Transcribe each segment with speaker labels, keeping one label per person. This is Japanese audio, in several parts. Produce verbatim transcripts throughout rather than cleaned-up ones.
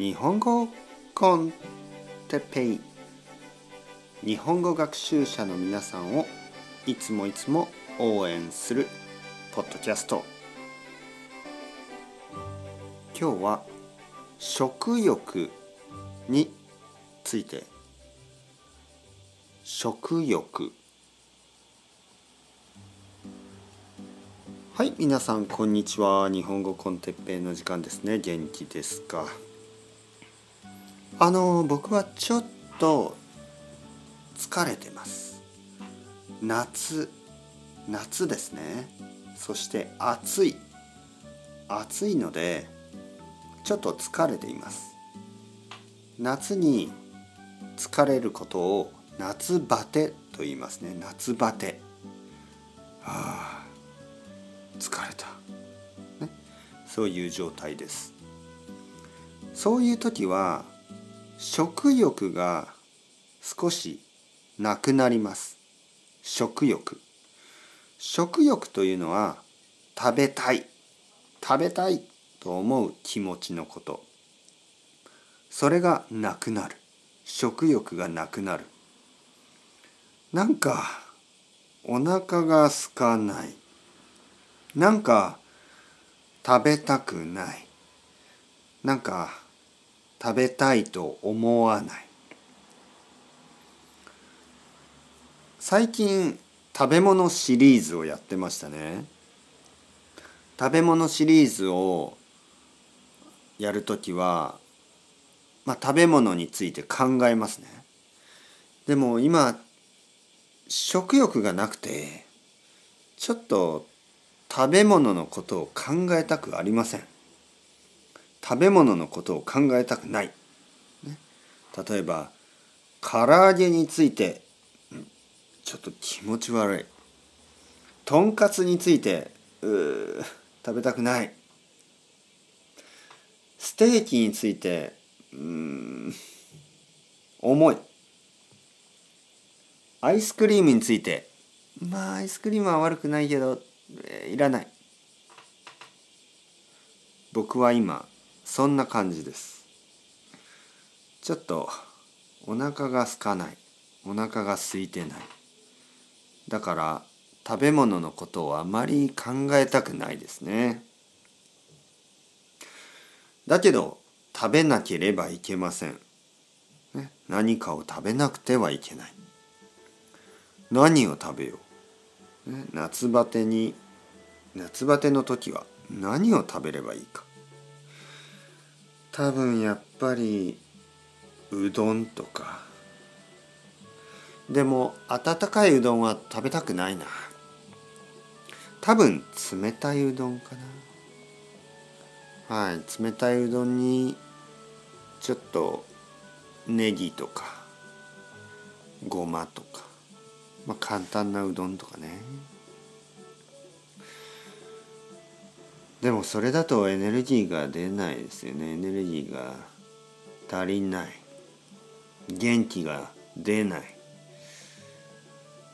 Speaker 1: 日本語コンテペイ、日本語学習者の皆さんをいつもいつも応援するポッドキャスト。今日は食欲について。食欲。はい、皆さんこんにちは。日本語コンテッペイの時間ですね。元気ですか？あの僕はちょっと疲れてます。夏夏ですね。そして暑い暑いのでちょっと疲れています。夏に疲れることを夏バテと言いますね。夏バテ。はあ、疲れた、ね、そういう状態です。そういう時は食欲が少しなくなります。食欲。食欲というのは食べたい、食べたいと思う気持ちのこと。それがなくなる。食欲がなくなる。なんかお腹が空かない。なんか食べたくない。なんか食べたいと思わない。最近食べ物シリーズをやってましたね。食べ物シリーズをやるときは、まあ、食べ物について考えますね。でも今食欲がなくてちょっと食べ物のことを考えたくありません。食べ物のことを考えたくない、ね、例えば唐揚げについてちょっと気持ち悪い。とんかつについてうー食べたくない。ステーキについてうーん重い。アイスクリームについてまあアイスクリームは悪くないけど、えー、いらない。僕は今そんな感じです。ちょっとお腹が空かない。お腹が空いてない。だから食べ物のことをあまり考えたくないですね。だけど食べなければいけません、ね、何かを食べなくてはいけない。何を食べよう、ね、夏バテに夏バテの時は何を食べればいいか。多分やっぱりうどんとか。でも温かいうどんは食べたくないな。多分冷たいうどんかな。はい、冷たいうどんにちょっとネギとかごまとか、まあ簡単なうどんとかね。でもそれだとエネルギーが出ないですよね。エネルギーが足りない。元気が出ない。うん、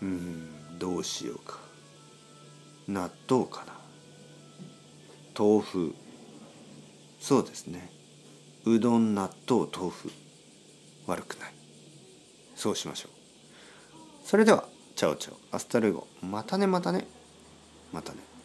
Speaker 1: どうしようか。納豆かな。豆腐。そうですね。うどん、納豆、豆腐。悪くない。そうしましょう。それでは、チャオチャオ、アスタルゴ。またねまたね。またね。